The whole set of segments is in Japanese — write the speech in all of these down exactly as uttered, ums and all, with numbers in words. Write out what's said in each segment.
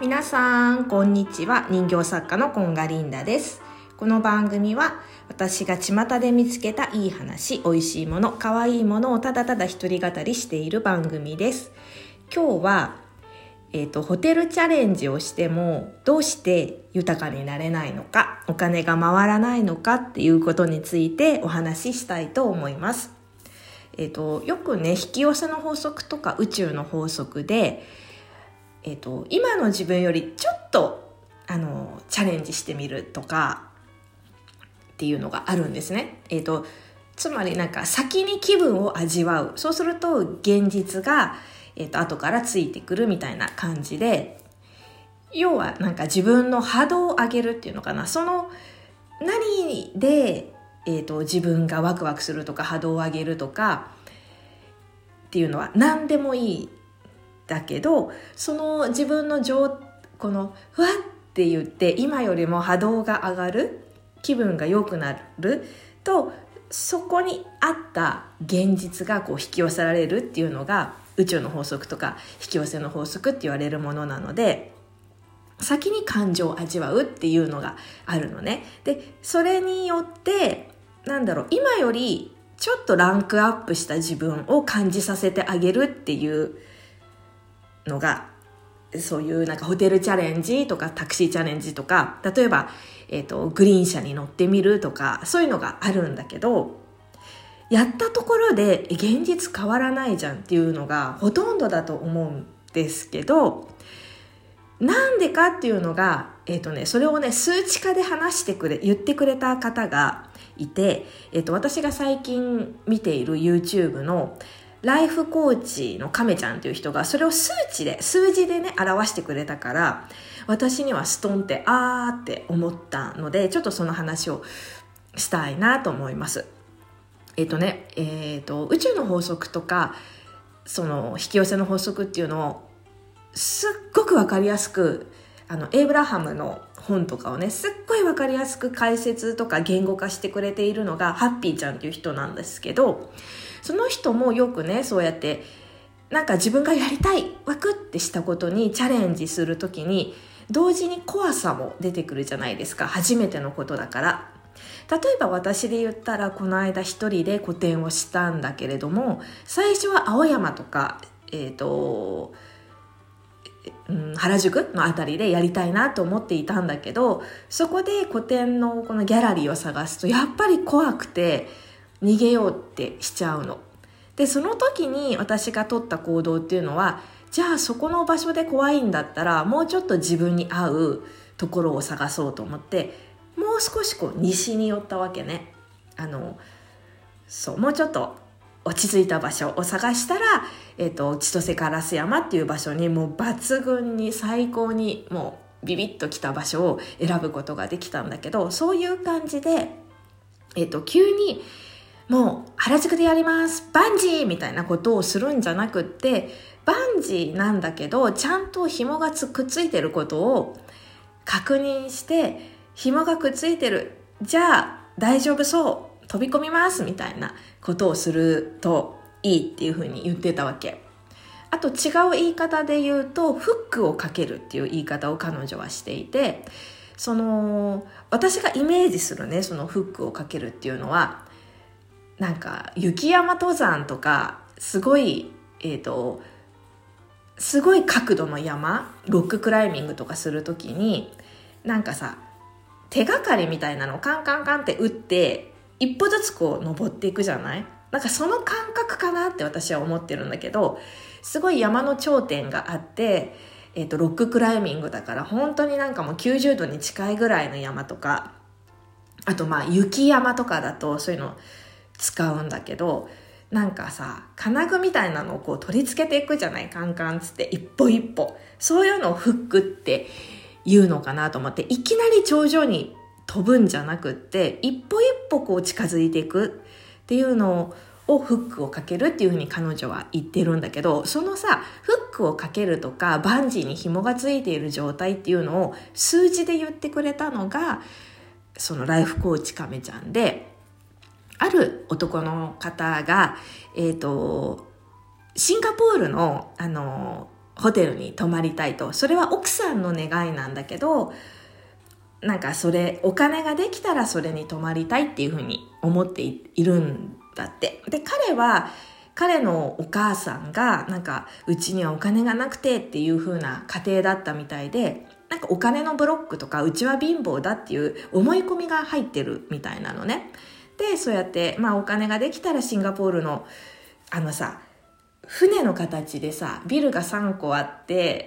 皆さんこんにちは。人形作家のコンガリンダです。この番組は私が巷で見つけたいい話、美味しいもの、可愛いものをただただ一人語りしている番組です。今日は、えーと、ホテルチャレンジをしてもどうして豊かになれないのか、お金が回らないのかっていうことについてお話ししたいと思います。えーと、よくね、引き寄せの法則とか宇宙の法則でえーと、今の自分よりちょっとあのチャレンジしてみるとかっていうのがあるんですね。えーと、つまりなんか先に気分を味わう。そうすると現実が、えーと、後からついてくるみたいな感じで、要はなんか自分の波動を上げるっていうのかな。その何で、えーと、自分がワクワクするとか波動を上げるとかっていうのは何でもいいだけど、その自分の情このふわって言って今よりも波動が上がる、気分が良くなると、そこにあった現実がこう引き寄せられるっていうのが宇宙の法則とか引き寄せの法則って言われるものなので、先に感情を味わうっていうのがあるのね。でそれによってなんだろう、今よりちょっとランクアップした自分を感じさせてあげるっていうのが、そういうなんかホテルチャレンジとかタクシーチャレンジとか、例えば、えーと、グリーン車に乗ってみるとか、そういうのがあるんだけど、やったところで現実変わらないじゃんっていうのがほとんどだと思うんですけど、なんでかっていうのが、えーとね、それをね数値化で話してくれ言ってくれた方がいて、えーと、私が最近見ている YouTube のライフコーチの亀ちゃんという人がそれを数値で数字でね表してくれたから、私にはストンってあーって思ったので、ちょっとその話をしたいなと思います。えっとね、えっと宇宙の法則とかその引き寄せの法則っていうのをすっごくわかりやすく、あのエイブラハムの本とかをねすっごいわかりやすく解説とか言語化してくれているのがハッピーちゃんという人なんですけど、その人もよくねそうやってなんか自分がやりたいワクってしたことにチャレンジするときに同時に怖さも出てくるじゃないですか。初めてのことだから。例えば私で言ったら、この間一人で個展をしたんだけれども、最初は青山とかえっとうん、原宿のあたりでやりたいなと思っていたんだけど、そこで個展のこのギャラリーを探すとやっぱり怖くて逃げようってしちゃうので、その時に私が取った行動っていうのは、じゃあそこの場所で怖いんだったらもうちょっと自分に合うところを探そうと思って、もう少しこう西に寄ったわけね。あのそうもうちょっと落ち着いた場所を探したら、えーと、千歳烏山っていう場所にもう抜群に最高にもうビビッときた場所を選ぶことができたんだけど、そういう感じで、えーと、急にもう原宿でやりますバンジーみたいなことをするんじゃなくって、バンジーなんだけどちゃんと紐がつくっついてることを確認して、紐がくっついてる、じゃあ大丈夫そう飛び込みますみたいなことをするといいっていうふうに言ってたわけ。あと違う言い方で言うと、フックをかけるっていう言い方を彼女はしていて、その私がイメージするねそのフックをかけるっていうのは、なんか雪山登山とかすごいえっとすごい角度の山、ロッククライミングとかするときに、なんかさ手がかりみたいなのをカンカンカンって打って一歩ずつこう登っていくじゃない。なんかその感覚かなって私は思ってるんだけど、すごい山の頂点があって、えーと、ロッククライミングだから本当になんかもうきゅうじゅうどに近いぐらいの山とか、あとまあ雪山とかだとそういうの使うんだけど、なんかさ金具みたいなのをこう取り付けていくじゃない、カンカンつって一歩一歩、そういうのをフックって言うのかなと思って、いきなり頂上に飛ぶんじゃなくって、一歩一歩こう近づいていくっていうのをフックをかけるっていうふうに彼女は言ってるんだけど、そのさフックをかけるとかバンジーに紐がついている状態っていうのを数字で言ってくれたのがそのライフコーチ亀ちゃんで、ある男の方が、えーと、シンガポールの、あのホテルに泊まりたいと。それは奥さんの願いなんだけど、なんかそれお金ができたらそれに泊まりたいっていうふうに思っているんだって。で、彼は彼のお母さんがなんかうちにはお金がなくてっていう風な家庭だったみたいで、なんかお金のブロックとかうちは貧乏だっていう思い込みが入ってるみたいなのね。で、そうやってまあお金ができたらシンガポールのあのさ、船の形でさ、ビルがさんこあって、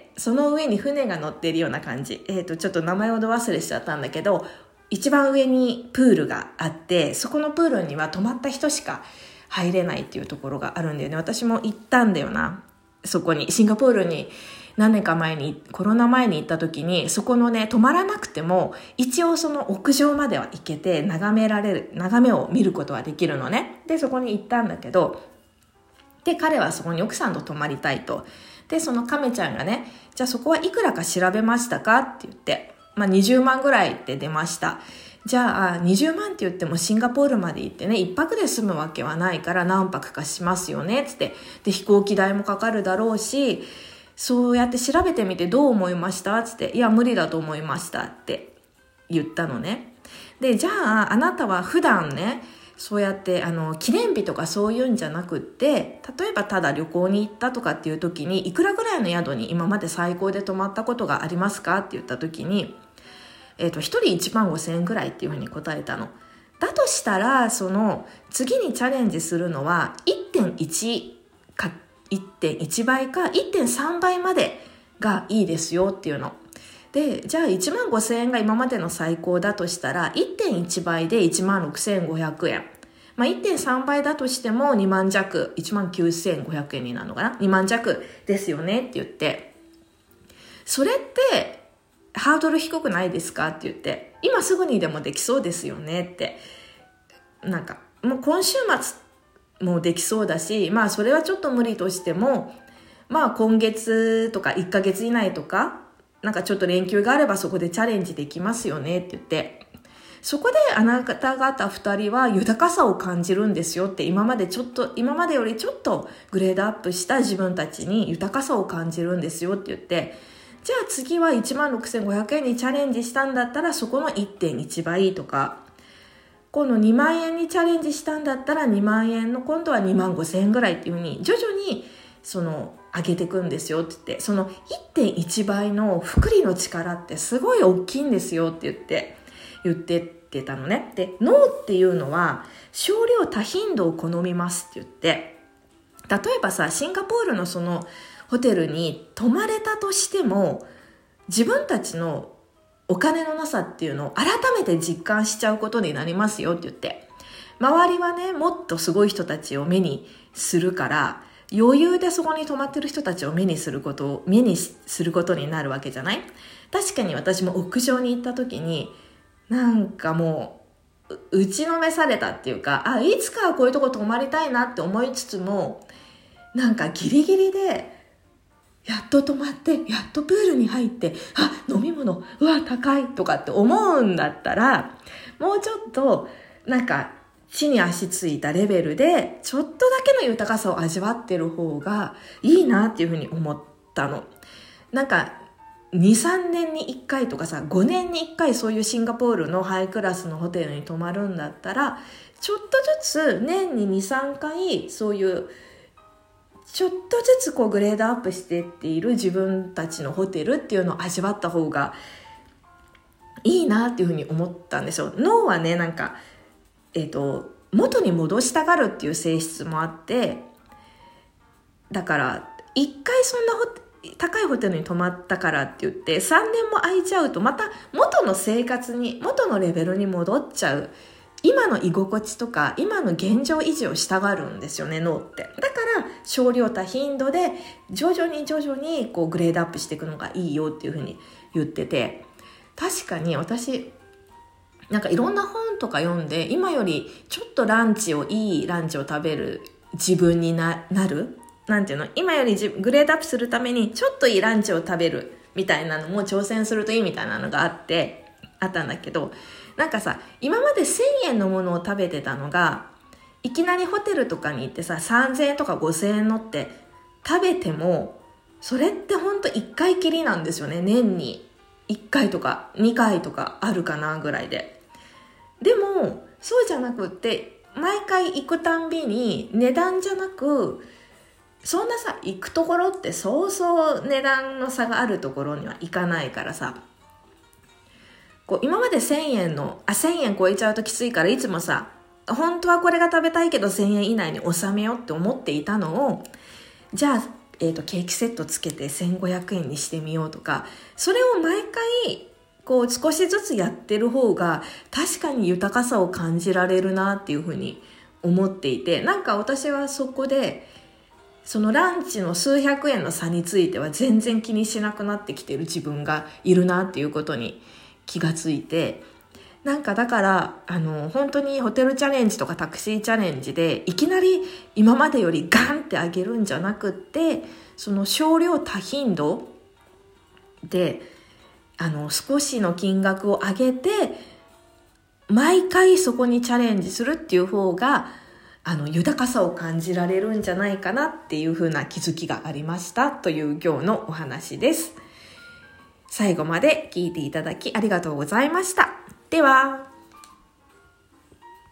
その上に船が乗ってるような感じ。えっと、ちょっと名前をど忘れしちゃったんだけど、一番上にプールがあって、そこのプールには泊まった人しか入れないっていうところがあるんだよね。私も行ったんだよな。そこに、シンガポールに何年か前に、コロナ前に行った時に、そこのね、泊まらなくても、一応その屋上までは行けて、眺められる、眺めを見ることはできるのね。で、そこに行ったんだけど、で、彼はそこに奥さんと泊まりたいと。で、その亀ちゃんがね、じゃあそこはいくらか調べましたかって言って、まあにじゅうまんぐらいって出ました。じゃあにじゅうまんって言ってもシンガポールまで行ってね、一泊で済むわけはないから何泊かしますよね、つって。で、飛行機代もかかるだろうし、そうやって調べてみてどう思いましたつって、いや無理だと思いましたって言ったのね。で、じゃああなたは普段ね、そうやってあの記念日とかそういうんじゃなくって、例えばただ旅行に行ったとかっていう時にいくらぐらいの宿に今まで最高で泊まったことがありますかって言った時に、えっと、一人いちまんごせんえんぐらいっていうふうに答えたの。だとしたら、その次にチャレンジするのは いってんいち か いってんいち 倍か いってんさん 倍までがいいですよっていうの。で、じゃあいちまんごせんえんが今までの最高だとしたら いってんいち 倍でいちまんろくせんごひゃくえん。まあ いってんさん 倍だとしてもにまん弱、いちまんきゅうせんごひゃくえんになるのかな ?に 万弱ですよねって言って、それってハードル低くないですかって言って、今すぐにでもできそうですよねって。なんかもう今週末もできそうだし、まあそれはちょっと無理としても、まあ今月とかいっかげつ以内とか、なんかちょっと連休があればそこでチャレンジできますよねって言って、そこであなた方二人は豊かさを感じるんですよって、今までちょっと、今までよりちょっとグレードアップした自分たちに豊かさを感じるんですよって言って、じゃあ次はいちまんろくせんごひゃくえんにチャレンジしたんだったらそこの いってんいち 倍とか、今度にまんえんにチャレンジしたんだったらにまんえんの今度はにまんごせんえんぐらいっていうふうに徐々にその上げていくんですよって言って、その いってんいち 倍の複利の力ってすごい大きいんですよって言って言ってってたのね。で、ノーっていうのは少量多頻度を好みますって言って、例えばさ、シンガポールのそのホテルに泊まれたとしても、自分たちのお金のなさっていうのを改めて実感しちゃうことになりますよって言って、周りはね、もっとすごい人たちを目にするから、余裕でそこに泊まってる人たちを目にすることを目にすることになるわけじゃない？確かに私も屋上に行った時に、なんかもう打ちのめされたっていうか、あ、いつかはこういうとこ泊まりたいなって思いつつも、なんかギリギリでやっと泊まってやっとプールに入って、あ、飲み物うわ高いとかって思うんだったら、もうちょっとなんか地に足ついたレベルでちょっとだけの豊かさを味わってる方がいいなっていうふうに思ったの。なんかに、さんねんにいっかいとかさ、ごねんにいっかいそういうシンガポールのハイクラスのホテルに泊まるんだったら、ちょっとずつ年にに、さんかいそういうちょっとずつこうグレードアップしていっている自分たちのホテルっていうのを味わった方がいいなっていうふうに思ったんですよ。脳はね、なんかえっと元に戻したがるっていう性質もあって、だから一回そんなホ高いホテルに泊まったからって言ってさんねんも空いちゃうと、また元の生活に元のレベルに戻っちゃう。今の居心地とか今の現状維持をしたがるんですよね、脳って。だから少量多頻度で徐々に徐々にこうグレードアップしていくのがいいよっていうふうに言ってて、確かに私なんかいろんな本とか読んで、今よりちょっとランチをいいランチを食べる自分に な, なるなんていうの、今よりグレードアップするためにちょっといいランチを食べるみたいなのも挑戦するといいみたいなのがあってあったんだけど、なんかさ、今までせんえんのものを食べてたのが、いきなりホテルとかに行ってささんぜんえんとかごせんえんのって食べても、 それってほんといっかいきりなんですよね。年にいっかいとかにかいとかあるかなぐらいで。でもそうじゃなくって、毎回行くたんびに値段じゃなく、そんなさ、行くところってそうそう値段の差があるところには行かないからさ、こう今までせんえんのあせんえん超えちゃうときついから、いつもさ、本当はこれが食べたいけどせんえん以内に収めようって思っていたのを、じゃあ、えーと、ケーキセットつけてせんごひゃくえんにしてみようとか、それを毎回こう少しずつやってる方が確かに豊かさを感じられるなっていうふうに思っていて、なんか私はそこでそのランチの数百円の差については全然気にしなくなってきてる自分がいるなっていうことに気がついて、なんかだからあの本当にホテルチャレンジとかタクシーチャレンジでいきなり今までよりガンって上げるんじゃなくって、その少量多頻度であの少しの金額を上げて毎回そこにチャレンジするっていう方があの豊かさを感じられるんじゃないかなっていう風な気づきがありましたという今日のお話です。最後まで聞いていただきありがとうございました。では。